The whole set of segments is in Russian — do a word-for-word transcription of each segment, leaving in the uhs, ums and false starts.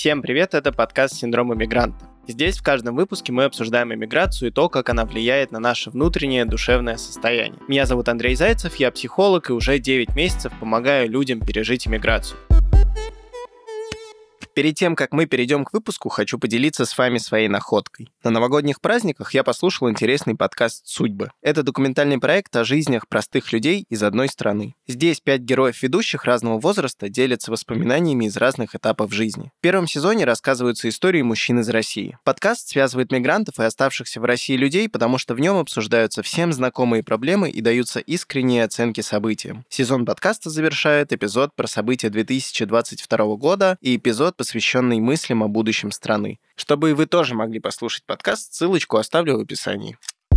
Всем привет, это подкаст «Синдром иммигранта». Здесь в каждом выпуске мы обсуждаем иммиграцию и то, как она влияет на наше внутреннее душевное состояние. Меня зовут Андрей Зайцев, я психолог и уже девять месяцев помогаю людям пережить иммиграцию. Перед тем, как мы перейдем к выпуску, хочу поделиться с вами своей находкой. На новогодних праздниках я послушал интересный подкаст «Судьбы». Это документальный проект о жизнях простых людей из одной страны. Здесь пять героев-ведущих разного возраста делятся воспоминаниями из разных этапов жизни. В первом сезоне рассказываются истории мужчин из России. Подкаст связывает мигрантов и оставшихся в России людей, потому что в нем обсуждаются всем знакомые проблемы и даются искренние оценки событиям. Сезон подкаста завершает эпизод про события две тысячи двадцать второго года и эпизод, посвященный мыслям о будущем страны. Чтобы и вы тоже могли послушать подкаст, ссылочку оставлю в описании.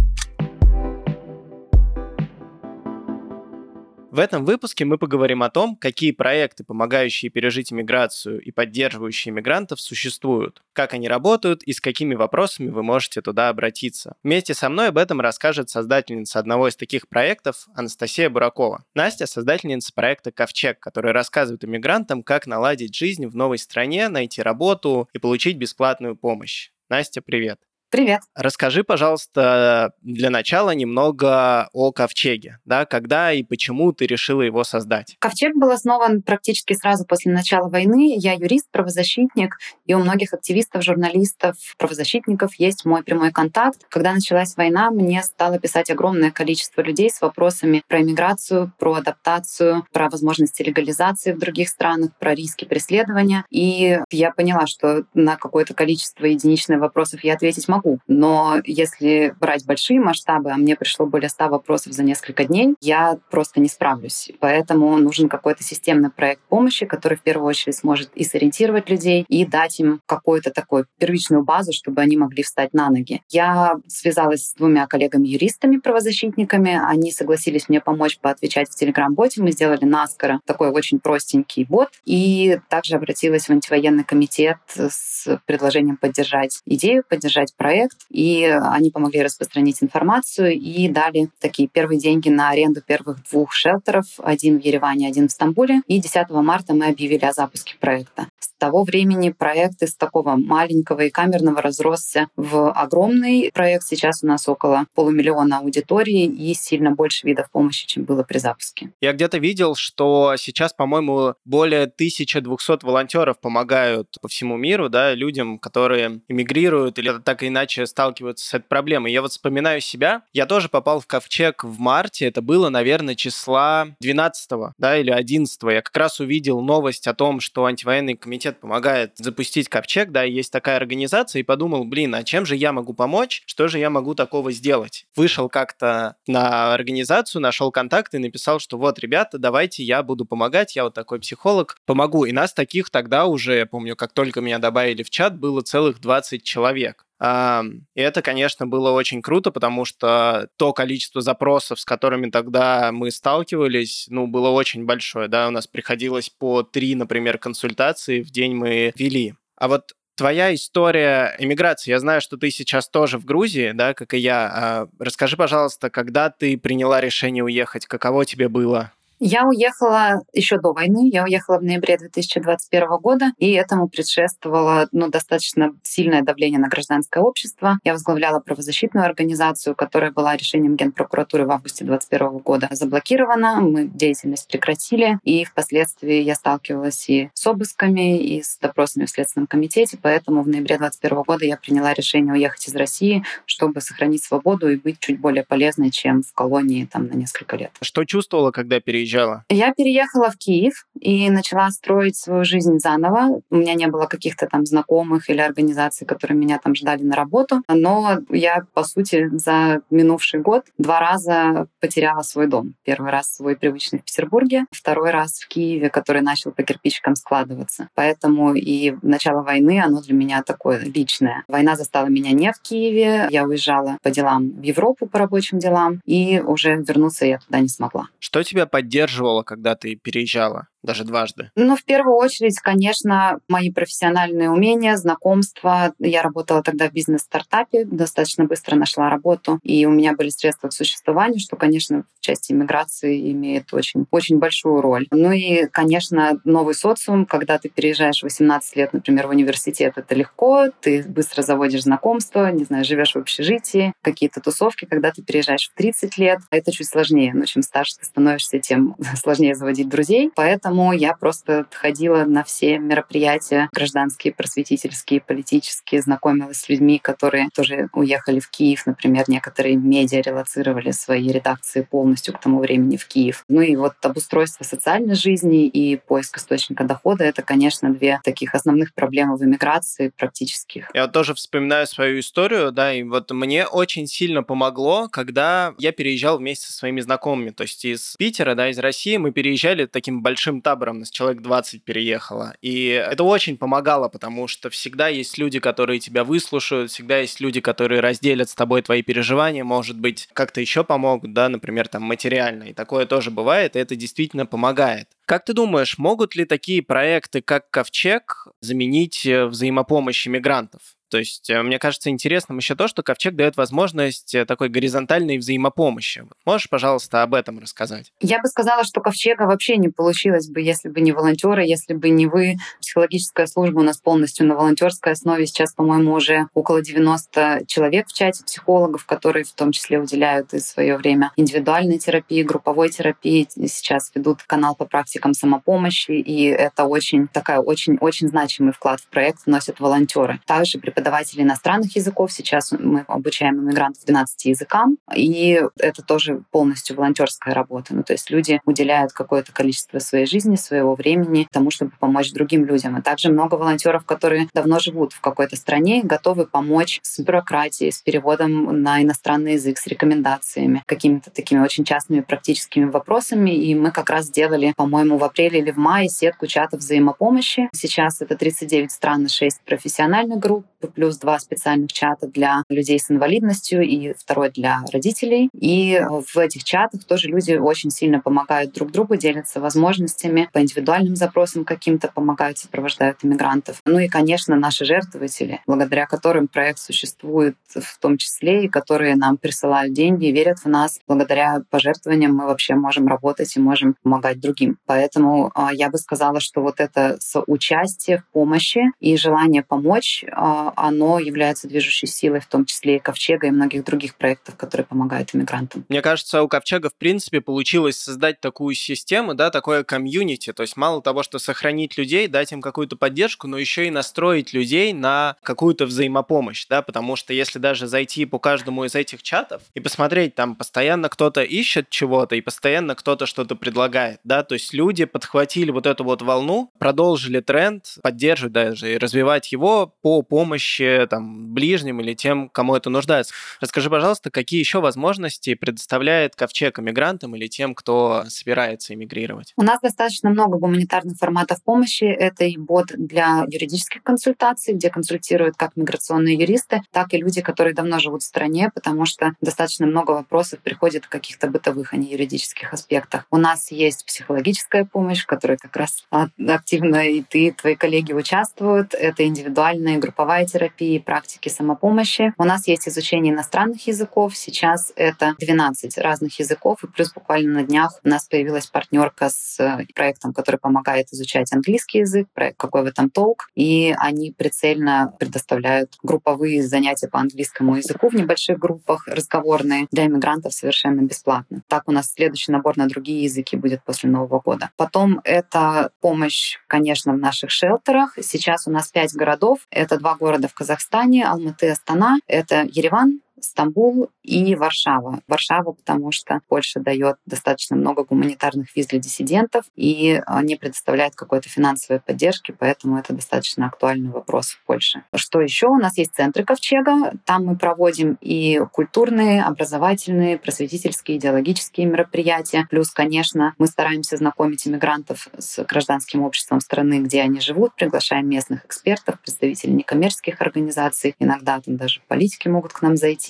В этом выпуске мы поговорим о том, какие проекты, помогающие пережить иммиграцию и поддерживающие иммигрантов, существуют, как они работают и с какими вопросами вы можете туда обратиться. Вместе со мной об этом расскажет создательница одного из таких проектов Анастасия Буракова. Настя – создательница проекта «Ковчег», который рассказывает иммигрантам, как наладить жизнь в новой стране, найти работу и получить бесплатную помощь. Настя, привет! Привет. Расскажи, пожалуйста, для начала немного о Ковчеге. Да, когда и почему ты решила его создать? Ковчег был основан практически сразу после начала войны. Я юрист, правозащитник, и у многих активистов, журналистов, правозащитников есть мой прямой контакт. Когда началась война, мне стало писать огромное количество людей с вопросами про иммиграцию, про адаптацию, про возможности легализации в других странах, про риски преследования. И я поняла, что на какое-то количество единичных вопросов я ответить могу. Но если брать большие масштабы, а мне пришло более ста вопросов за несколько дней, я просто не справлюсь. Поэтому нужен какой-то системный проект помощи, который в первую очередь сможет и сориентировать людей, и дать им какую-то такую первичную базу, чтобы они могли встать на ноги. Я связалась с двумя коллегами-юристами, правозащитниками. Они согласились мне помочь поотвечать в Телеграм-боте. Мы сделали наскоро такой очень простенький бот. И также обратилась в антивоенный комитет с предложением поддержать идею, поддержать проект. И они помогли распространить информацию и дали такие первые деньги на аренду первых двух шелтеров, один в Ереване, один в Стамбуле. И десятого марта мы объявили о запуске проекта. С того времени проект из такого маленького и камерного разросся в огромный проект. Сейчас у нас около полумиллиона аудитории и сильно больше видов помощи, чем было при запуске. Я где-то видел, что сейчас, по-моему, более тысяча двухсот волонтеров помогают по всему миру, да, людям, которые эмигрируют или так или иначе сталкиваются с этой проблемой. Я вот вспоминаю себя. Я тоже попал в Ковчег в марте. Это было, наверное, числа двенадцатого, да, или одиннадцатого. Я как раз увидел новость о том, что антивоенный комитет помогает запустить Ковчег, да, есть такая организация, и подумал, блин, а чем же я могу помочь? Что же я могу такого сделать? Вышел как-то на организацию, нашел контакты и написал, что вот, ребята, давайте я буду помогать, я вот такой психолог, помогу. И нас таких тогда уже, я помню, как только меня добавили в чат, было целых двадцать человек. И это, конечно, было очень круто, потому что то количество запросов, с которыми тогда мы сталкивались, ну, было очень большое, да, у нас приходилось по три, например, консультации в день мы вели. А вот твоя история эмиграции, я знаю, что ты сейчас тоже в Грузии, да, как и я. Расскажи, пожалуйста, когда ты приняла решение уехать, каково тебе было? Я уехала еще до войны, я уехала в ноябре две тысячи двадцать первого года, и этому предшествовало ну, достаточно сильное давление на гражданское общество. Я возглавляла правозащитную организацию, которая была решением Генпрокуратуры в августе двадцать первого года заблокирована. Мы деятельность прекратили, и впоследствии я сталкивалась и с обысками, и с допросами в Следственном комитете, поэтому в ноябре двадцать первого года я приняла решение уехать из России, чтобы сохранить свободу и быть чуть более полезной, чем в колонии там, на несколько лет. Что чувствовала, когда переезжала? Я переехала в Киев и начала строить свою жизнь заново. У меня не было каких-то там знакомых или организаций, которые меня там ждали на работу. Но я, по сути, за минувший год два раза потеряла свой дом. Первый раз свой привычный в Петербурге, второй раз в Киеве, который начал по кирпичикам складываться. Поэтому и начало войны, оно для меня такое личное. Война застала меня не в Киеве. Я уезжала по делам в Европу, по рабочим делам, и уже вернуться я туда не смогла. Что тебя поддерживало, когда ты переезжала? даже дважды? Ну, в первую очередь, конечно, мои профессиональные умения, знакомства. Я работала тогда в бизнес-стартапе, достаточно быстро нашла работу, и у меня были средства к существованию, что, конечно, в части иммиграции имеет очень, очень большую роль. Ну и, конечно, новый социум, когда ты переезжаешь в восемнадцать лет, например, в университет, это легко, ты быстро заводишь знакомства, не знаю, живешь в общежитии, какие-то тусовки. Когда ты переезжаешь в тридцать лет, это чуть сложнее. Но чем старше ты становишься, тем сложнее заводить друзей. Поэтому я просто ходила на все мероприятия гражданские, просветительские, политические, знакомилась с людьми, которые тоже уехали в Киев. Например, некоторые медиа релоцировали свои редакции полностью к тому времени в Киев. Ну и вот обустройство социальной жизни и поиск источника дохода — это, конечно, две таких основных проблемы в эмиграции практических. Я вот тоже вспоминаю свою историю, да, и вот мне очень сильно помогло, когда я переезжал вместе со своими знакомыми. То есть из Питера, да, из России мы переезжали таким большим табором, нас человек двадцать переехало. И это очень помогало, потому что всегда есть люди, которые тебя выслушают, всегда есть люди, которые разделят с тобой твои переживания, может быть, как-то еще помогут, да, например, там материально. И такое тоже бывает, и это действительно помогает. Как ты думаешь, могут ли такие проекты, как Ковчег, заменить взаимопомощь мигрантов? То есть, мне кажется, интересным еще то, что Ковчег дает возможность такой горизонтальной взаимопомощи. Можешь, пожалуйста, об этом рассказать? Я бы сказала, что Ковчега вообще не получилось бы, если бы не волонтеры, если бы не вы. Психологическая служба у нас полностью на волонтерской основе. Сейчас, по-моему, уже около девяносто человек в чате психологов, которые в том числе уделяют и свое время индивидуальной терапии, групповой терапии. Сейчас ведут канал по практикам самопомощи, и это очень такая очень-очень значимый вклад в проект вносят волонтеры. Также преподаватели иностранных языков. Сейчас мы обучаем иммигрантов двенадцати языкам, и это тоже полностью волонтерская работа. Ну, то есть люди уделяют какое-то количество своей жизни, своего времени тому, чтобы помочь другим людям. А также много волонтеров, которые давно живут в какой-то стране, готовы помочь с бюрократией, с переводом на иностранный язык, с рекомендациями, какими-то такими очень частными практическими вопросами. И мы как раз сделали, по-моему, в апреле или в мае сетку чатов взаимопомощи. Сейчас это тридцать девять стран и шесть профессиональных групп, плюс два специальных чата для людей с инвалидностью и второй для родителей. И в этих чатах тоже люди очень сильно помогают друг другу, делятся возможностями по индивидуальным запросам каким-то, помогают, сопровождают иммигрантов. Ну и, конечно, наши жертвователи, благодаря которым проект существует в том числе, и которые нам присылают деньги и верят в нас. Благодаря пожертвованиям мы вообще можем работать и можем помогать другим. Поэтому я бы сказала, что вот это соучастие в помощи и желание помочь, оно является движущей силой, в том числе и Ковчега, и многих других проектов, которые помогают иммигрантам. Мне кажется, у Ковчега, в принципе, получилось создать такую систему, да, такое комьюнити. То есть мало того, что сохранить людей, дать им какую-то поддержку, но еще и настроить людей на какую-то взаимопомощь, да, потому что если даже зайти по каждому из этих чатов и посмотреть, там постоянно кто-то ищет чего-то и постоянно кто-то что-то предлагает, да, то есть люди подхватили вот эту вот волну, продолжили тренд, поддерживать даже и развивать его по помощи там ближним или тем, кому это нуждается. Расскажи, пожалуйста, какие еще возможности предоставляет Ковчег иммигрантам или тем, кто собирается эмигрировать? У нас достаточно много гуманитарных форматов помощи. Это и бот для юридических консультаций, где консультируют как миграционные юристы, так и люди, которые давно живут в стране, потому что достаточно много вопросов приходит в каких-то бытовых, а не юридических аспектах. У нас есть психологическая помощь, в которой как раз активно и ты, и твои коллеги участвуют. Это индивидуальная групповая терапия, практики самопомощи. У нас есть изучение иностранных языков. Сейчас это двенадцать разных языков. И плюс буквально на днях у нас появилась партнерка с проектом, который помогает изучать английский язык, проект «Какой в этом толк?». И они прицельно предоставляют групповые занятия по английскому языку в небольших группах, разговорные, для иммигрантов совершенно бесплатно. Так у нас следующий набор на другие языки будет после Нового года. Потом это помощь, конечно, в наших шелтерах. Сейчас у нас пять городов. Это два города в Казахстане, Алматы, Астана. Это Ереван, Стамбул и Варшава. Варшава, потому что Польша дает достаточно много гуманитарных виз для диссидентов и не предоставляет какой-то финансовой поддержки, поэтому это достаточно актуальный вопрос в Польше. Что еще? У нас есть центры Ковчега. Там мы проводим и культурные, образовательные, просветительские, идеологические мероприятия. Плюс, конечно, мы стараемся знакомить иммигрантов с гражданским обществом страны, где они живут, приглашаем местных экспертов, представителей некоммерческих организаций. Иногда там даже политики могут к нам зайти.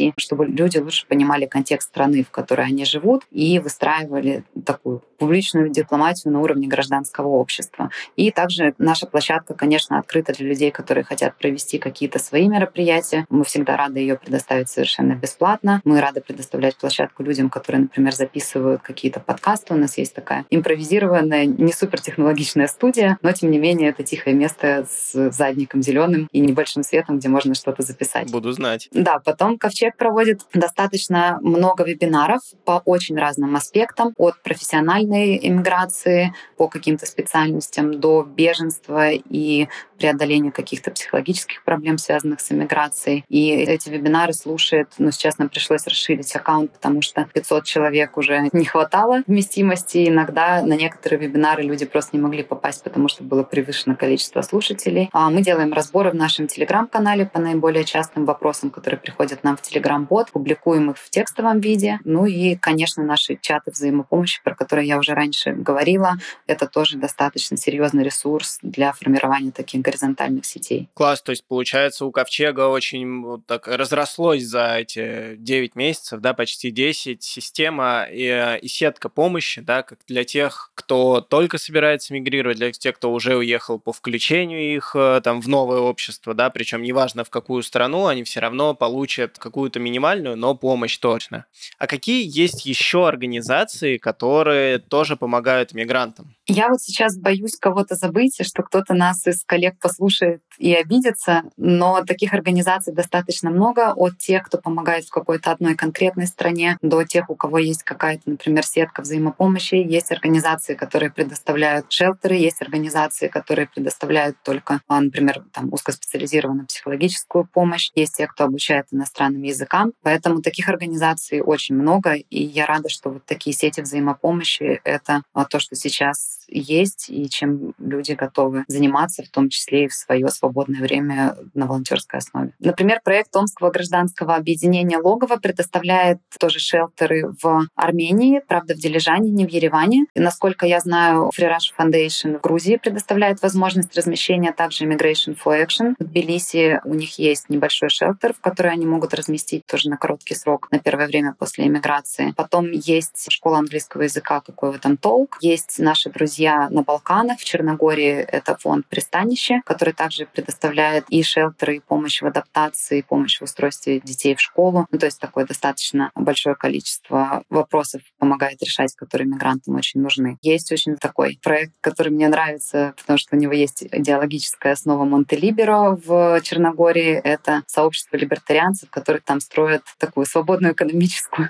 вести, чтобы люди лучше понимали контекст страны, в которой они живут, и выстраивали такую публичную дипломатию на уровне гражданского общества. И также наша площадка, конечно, открыта для людей, которые хотят провести какие-то свои мероприятия. Мы всегда рады ее предоставить совершенно бесплатно. Мы рады предоставлять площадку людям, которые, например, записывают какие-то подкасты. У нас есть такая импровизированная, не супертехнологичная студия, но, тем не менее, это тихое место с задником зеленым и небольшим светом, где можно что-то записать. Буду знать. Да, потом Ковчег проводит достаточно много вебинаров по очень разным аспектам, от профессиональной иммиграции по каким-то специальностям до беженства и преодолению каких-то психологических проблем, связанных с иммиграцией. И эти вебинары слушает, ну, сейчас нам пришлось расширить аккаунт, потому что пятьсот человек уже не хватало вместимости. Иногда на некоторые вебинары люди просто не могли попасть, потому что было превышено количество слушателей. А мы делаем разборы в нашем телеграм-канале по наиболее частым вопросам, которые приходят нам в телеграм-бот, публикуем их в текстовом виде. Ну и, конечно, наши чаты взаимопомощи, про которые я уже раньше говорила, это тоже достаточно серьезный ресурс для формирования таких горизонтальных сетей. Класс, то есть, получается, у Ковчега очень вот так разрослось за эти девять месяцев, да, почти десять, система и, и сетка помощи, да, как для тех, кто только собирается мигрировать, для тех, кто уже уехал по включению их там в новое общество, да, причем неважно в какую страну, они все равно получат какую-то минимальную, но помощь точно. А какие есть еще организации, которые тоже помогают мигрантам? Я вот сейчас боюсь кого-то забыть, что кто-то нас из коллег послушает и обидится, но таких организаций достаточно много, от тех, кто помогает в какой-то одной конкретной стране, до тех, у кого есть какая-то, например, сетка взаимопомощи. Есть организации, которые предоставляют шелтеры, есть организации, которые предоставляют только, например, там, узкоспециализированную психологическую помощь, есть те, кто обучает иностранным языкам. Поэтому таких организаций очень много, и я рада, что вот такие сети взаимопомощи — это то, что сейчас есть, и чем люди готовы заниматься, в том числе и в свое свободное время на волонтерской основе. Например, проект Томского гражданского объединения «Логово» предоставляет тоже шелтеры в Армении, правда, в Дилижане, не в Ереване. И, насколько я знаю, Free Russia Foundation в Грузии предоставляет возможность размещения, также Immigration for Action. В Тбилиси у них есть небольшой шелтер, в который они могут разместить тоже на короткий срок, на первое время после эмиграции. Потом есть школа английского языка, какой в этом толк. Есть наши друзья на Балканах, в Черногории это фонд «Пристанище», который также предоставляет и шелтеры, и помощь в адаптации, и помощь в устройстве детей в школу. Ну, то есть такое достаточно большое количество вопросов помогает решать, которые мигрантам очень нужны. Есть очень такой проект, который мне нравится, потому что у него есть идеологическая основа Монтелиберо в Черногории. Это сообщество либертарианцев, которые там строят такую свободную экономическую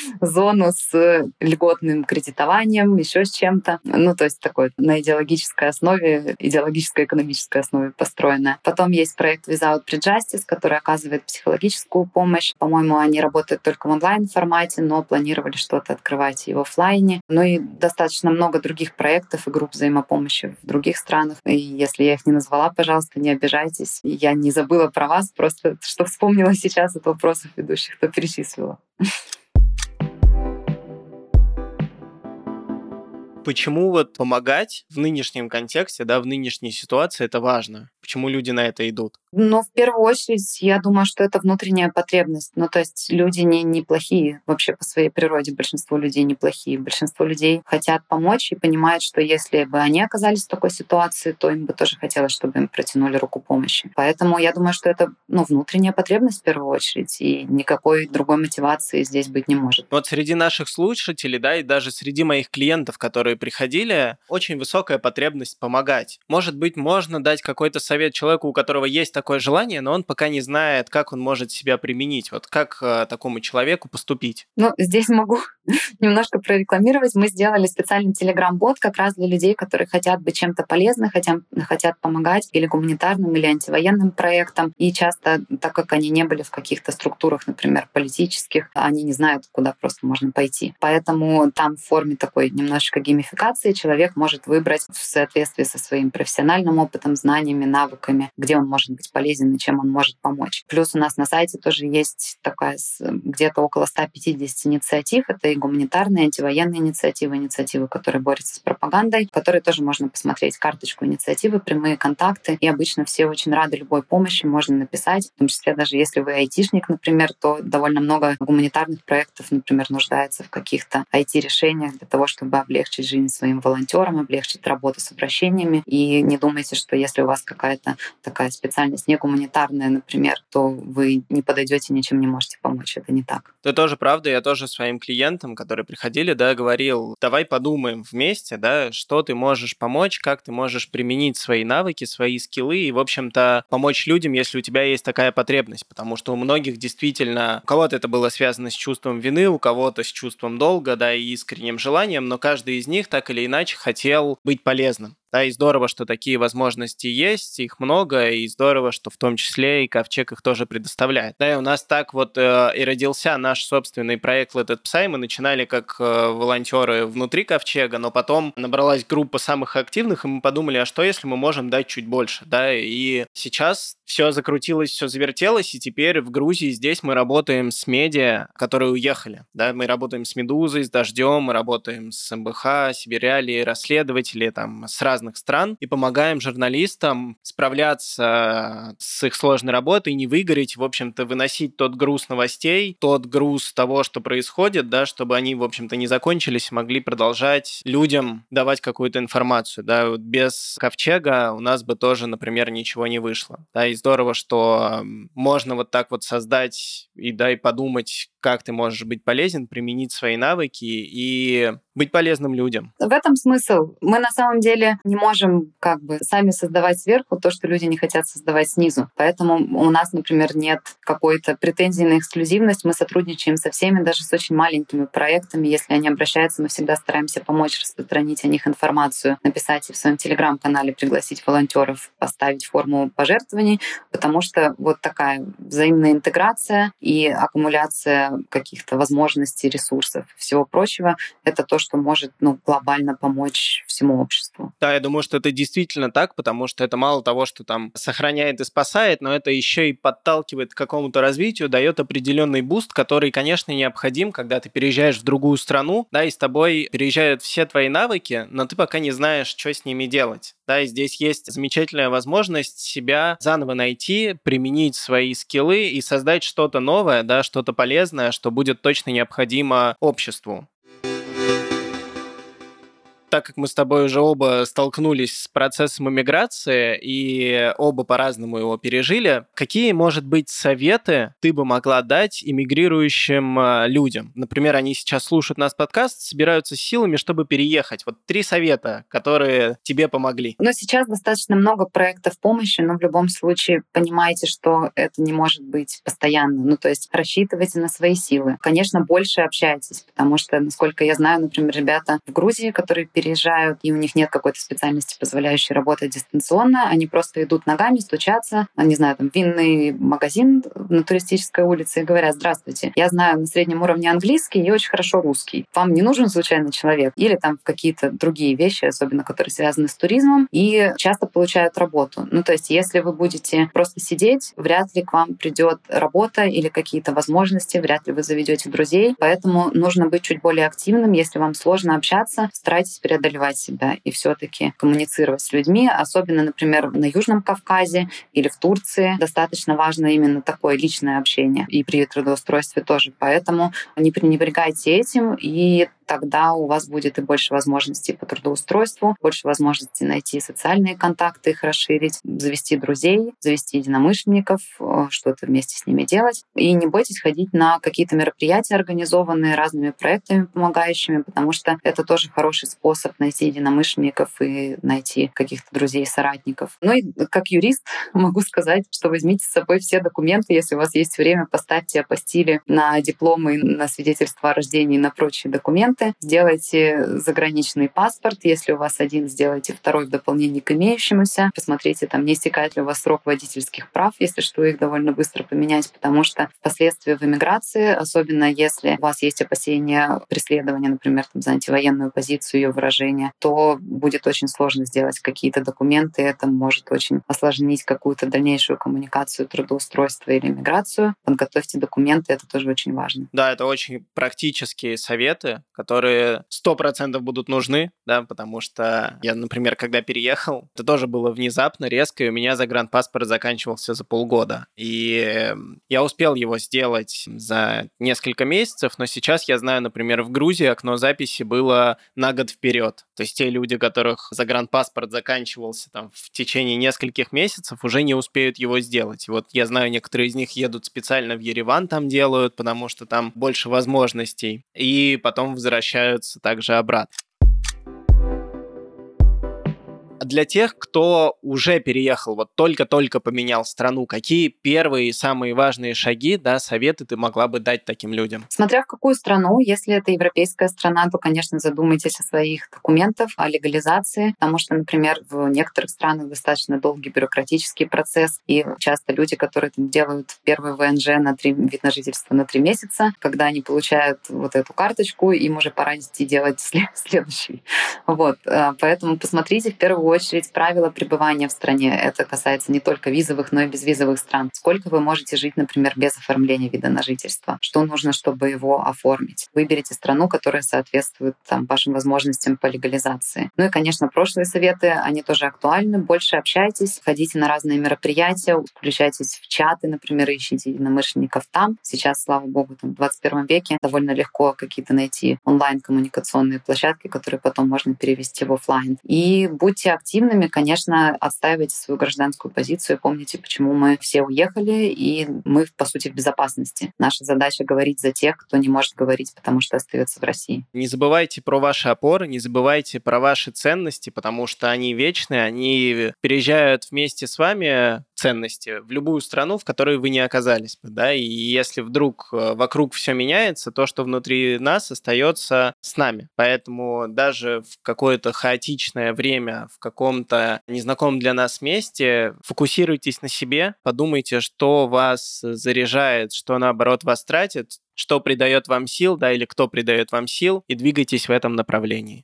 зону с льготным кредитованием, еще с чем-то. Ну, то есть такой на идеологической основе, идеологической экономической основе построенная. Потом есть проект Without Prejudice, который оказывает психологическую помощь. По-моему, они работают только в онлайн-формате, но планировали что-то открывать и в офлайне. Ну и достаточно много других проектов и групп взаимопомощи в других странах. И если я их не назвала, пожалуйста, не обижайтесь. Я не забыла про вас, просто что вспомнила сейчас от вопросов ведущих, то перечислила. Почему вот помогать в нынешнем контексте, да, в нынешней ситуации это важно? Почему люди на это идут? Ну, в первую очередь, я думаю, что это внутренняя потребность. Ну, то есть люди не, не плохие вообще по своей природе. Большинство людей не плохие. Большинство людей хотят помочь и понимают, что если бы они оказались в такой ситуации, то им бы тоже хотелось, чтобы им протянули руку помощи. Поэтому я думаю, что это, ну, внутренняя потребность в первую очередь, и никакой другой мотивации здесь быть не может. Вот среди наших слушателей, да, и даже среди моих клиентов, которые приходили, очень высокая потребность помогать. Может быть, можно дать какой-то совет человеку, у которого есть такое желание, но он пока не знает, как он может себя применить. Вот как э, такому человеку поступить? Ну, здесь могу немножко прорекламировать. Мы сделали специальный телеграм-бот как раз для людей, которые хотят быть чем-то полезны, хотят, хотят помогать или гуманитарным, или антивоенным проектам. И часто, так как они не были в каких-то структурах, например, политических, они не знают, куда просто можно пойти. Поэтому там в форме такой немножечко геймификации человек может выбрать в соответствии со своим профессиональным опытом, знаниями, навыками, навыками, где он может быть полезен и чем он может помочь. Плюс у нас на сайте тоже есть такая где-то около ста пятидесяти инициатив. Это и гуманитарные, антивоенные инициативы, инициативы, которые борются с пропагандой, которые тоже можно посмотреть карточку инициативы, прямые контакты. И обычно все очень рады любой помощи, можно написать. В том числе даже если вы айтишник, например, то довольно много гуманитарных проектов, например, нуждается в каких-то ай ти-решениях для того, чтобы облегчить жизнь своим волонтерам, облегчить работу с обращениями. И не думайте, что если у вас какая-то такая специальность не гуманитарная, например, то вы не подойдете, ничем не можете помочь. Это не так. Это тоже правда. Я тоже своим клиентам, которые приходили, да, говорил, давай подумаем вместе, да, что ты можешь помочь, как ты можешь применить свои навыки, свои скиллы и, в общем-то, помочь людям, если у тебя есть такая потребность. Потому что у многих действительно, у кого-то это было связано с чувством вины, у кого-то с чувством долга, да, и искренним желанием, но каждый из них так или иначе хотел быть полезным. Да, и здорово, что такие возможности есть, их много, и здорово, что в том числе и Ковчег их тоже предоставляет. Да, и у нас так вот э, и родился наш собственный проект Let It Psy. Мы начинали как э, волонтеры внутри Ковчега, но потом набралась группа самых активных, и мы подумали, а что если мы можем дать чуть больше, да, и сейчас все закрутилось, все завертелось, и теперь в Грузии здесь мы работаем с медиа, которые уехали, да, мы работаем с «Медузой», с «Дождем», мы работаем с эм бэ ха, Сибиряли, расследователи, там, с разных стран, и помогаем журналистам справляться с их сложной работой, не выгореть, в общем-то, выносить тот груз новостей, тот груз того, что происходит, да, чтобы они, в общем-то, не закончились и могли продолжать людям давать какую-то информацию, да, вот без Ковчега у нас бы тоже, например, ничего не вышло, да, и здорово, что можно вот так вот создать и, да, и подумать, как ты можешь быть полезен, применить свои навыки и быть полезным людям. В этом смысл. Мы на самом деле не можем как бы сами создавать сверху то, что люди не хотят создавать снизу. Поэтому у нас, например, нет какой-то претензии на эксклюзивность. Мы сотрудничаем со всеми, даже с очень маленькими проектами. Если они обращаются, мы всегда стараемся помочь распространить о них информацию, написать и в своем телеграм-канале пригласить волонтеров, поставить форму пожертвований, потому что вот такая взаимная интеграция и аккумуляция каких-то возможностей, ресурсов, всего прочего, это то, что может, ну, глобально помочь всему обществу. Да, я думаю, что это действительно так, потому что это мало того, что там сохраняет и спасает, но это еще и подталкивает к какому-то развитию, дает определенный буст, который, конечно, необходим, когда ты переезжаешь в другую страну, да, и с тобой переезжают все твои навыки, но ты пока не знаешь, что с ними делать. Да, и здесь есть замечательная возможность себя заново найти, применить свои скиллы и создать что-то новое, да, что-то полезное, что будет точно необходимо обществу. Так как мы с тобой уже оба столкнулись с процессом эмиграции и оба по-разному его пережили, какие, может быть, советы ты бы могла дать эмигрирующим людям? Например, они сейчас слушают наш подкаст, собираются с силами, чтобы переехать. Вот три совета, которые тебе помогли. Но сейчас достаточно много проектов помощи, но в любом случае понимаете, что это не может быть постоянно. Ну, то есть рассчитывайте на свои силы. Конечно, больше общайтесь, потому что, насколько я знаю, например, ребята в Грузии, которые переезжают, и у них нет какой-то специальности, позволяющей работать дистанционно, они просто идут ногами, стучатся, не знаю, там, в винный магазин на туристической улице и говорят: здравствуйте, я знаю на среднем уровне английский и очень хорошо русский. Вам не нужен случайно человек? Или там какие-то другие вещи, особенно которые связаны с туризмом, и часто получают работу. Ну, то есть, если вы будете просто сидеть, вряд ли к вам придет работа или какие-то возможности, вряд ли вы заведете друзей. Поэтому нужно быть чуть более активным. Если вам сложно общаться, старайтесь преодолевать себя и все-таки коммуницировать с людьми, особенно, например, на Южном Кавказе или в Турции. Достаточно важно именно такое личное общение и при трудоустройстве тоже. Поэтому не пренебрегайте этим, и тогда у вас будет и больше возможностей по трудоустройству, больше возможностей найти социальные контакты, их расширить, завести друзей, завести единомышленников, что-то вместе с ними делать. И не бойтесь ходить на какие-то мероприятия, организованные разными проектами помогающими, потому что это тоже хороший способ найти единомышленников и найти каких-то друзей и соратников. Ну и как юрист могу сказать, что возьмите с собой все документы, если у вас есть время, поставьте апостили на дипломы, на свидетельство о рождении, на прочие документы. документы, сделайте заграничный паспорт. Если у вас один, сделайте второй в дополнение к имеющемуся. Посмотрите, там, не истекает ли у вас срок водительских прав, если что, их довольно быстро поменять, потому что впоследствии в эмиграции, особенно если у вас есть опасения преследования, например, там, за антивоенную позицию, ее выражения, то будет очень сложно сделать какие-то документы. Это может очень осложнить какую-то дальнейшую коммуникацию, трудоустройство или миграцию. Подготовьте документы, это тоже очень важно. Да, это очень практические советы, которые сто процентов будут нужны, да, потому что я, например, когда переехал, это тоже было внезапно, резко, и у меня загранпаспорт заканчивался за полгода. И я успел его сделать за несколько месяцев, но сейчас я знаю, например, в Грузии окно записи было на год вперед. То есть те люди, у которых загранпаспорт заканчивался там в течение нескольких месяцев, уже не успеют его сделать. И вот я знаю, некоторые из них едут специально в Ереван, там делают, потому что там больше возможностей, и потом возвращаются также обратно. Для тех, кто уже переехал, вот только-только поменял страну, какие первые и самые важные шаги, да, советы ты могла бы дать таким людям? Смотря в какую страну, если это европейская страна, то, конечно, задумайтесь о своих документах, о легализации, потому что, например, в некоторых странах достаточно долгий бюрократический процесс, и часто люди, которые там делают первый ВНЖ на три, вид на жительство на три месяца, когда они получают вот эту карточку, им уже пора идти делать следующий. Вот. Поэтому посмотрите в первую очередь правила пребывания в стране. Это касается не только визовых, но и безвизовых стран. Сколько вы можете жить, например, без оформления вида на жительство? Что нужно, чтобы его оформить? Выберите страну, которая соответствует там, вашим возможностям по легализации. Ну и, конечно, прошлые советы, они тоже актуальны. Больше общайтесь, ходите на разные мероприятия, включайтесь в чаты, например, ищите единомышленников там. Сейчас, слава богу, там, в двадцать первом веке довольно легко какие-то найти онлайн-коммуникационные площадки, которые потом можно перевести в офлайн. И будьте активными, конечно, отстаивайте свою гражданскую позицию. Помните, почему мы все уехали, и мы, по сути, в безопасности. Наша задача — говорить за тех, кто не может говорить, потому что остается в России. Не забывайте про ваши опоры, не забывайте про ваши ценности, потому что они вечные, они переезжают вместе с вами, ценности, в любую страну, в которой вы не оказались бы, да, и если вдруг вокруг все меняется, то, что внутри нас, остается с нами. Поэтому даже в какое-то хаотичное время, в каком-то незнакомом для нас месте, фокусируйтесь на себе, подумайте, что вас заряжает, что, наоборот, вас тратит, что придает вам сил, да, или кто придает вам сил, и двигайтесь в этом направлении.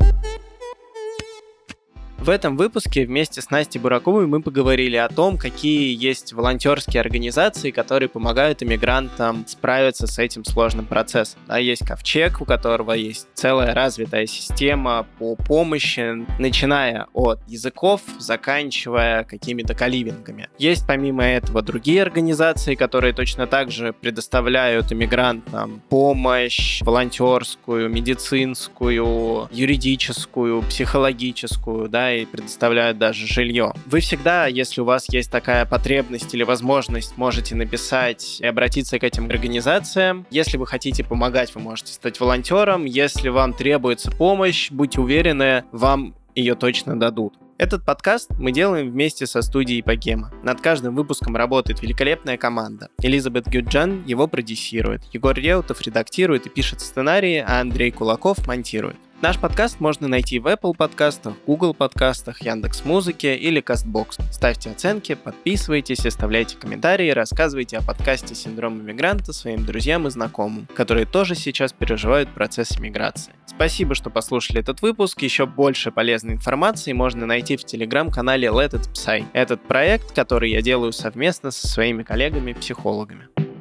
В этом выпуске вместе с Настей Бураковой мы поговорили о том, какие есть волонтерские организации, которые помогают иммигрантам справиться с этим сложным процессом. Да, есть Ковчег, у которого есть целая развитая система по помощи, начиная от языков, заканчивая какими-то каливингами. Есть помимо этого другие организации, которые точно так же предоставляют иммигрантам помощь волонтерскую, медицинскую, юридическую, психологическую, да, и предоставляют даже жилье. Вы всегда, если у вас есть такая потребность или возможность, можете написать и обратиться к этим организациям. Если вы хотите помогать, вы можете стать волонтером. Если вам требуется помощь, будьте уверены, вам ее точно дадут. Этот подкаст мы делаем вместе со студией Ипогема. Над каждым выпуском работает великолепная команда. Элизабет Гюджан его продюсирует, Егор Реутов редактирует и пишет сценарии, а Андрей Кулаков монтирует. Наш подкаст можно найти в Apple подкастах, Google подкастах, Яндекс.Музыке или Castbox. Ставьте оценки, подписывайтесь, оставляйте комментарии, рассказывайте о подкасте «Синдром иммигранта» своим друзьям и знакомым, которые тоже сейчас переживают процесс иммиграции. Спасибо, что послушали этот выпуск. Еще больше полезной информации можно найти в телеграм-канале Let It Psy. Этот проект, который я делаю совместно со своими коллегами-психологами.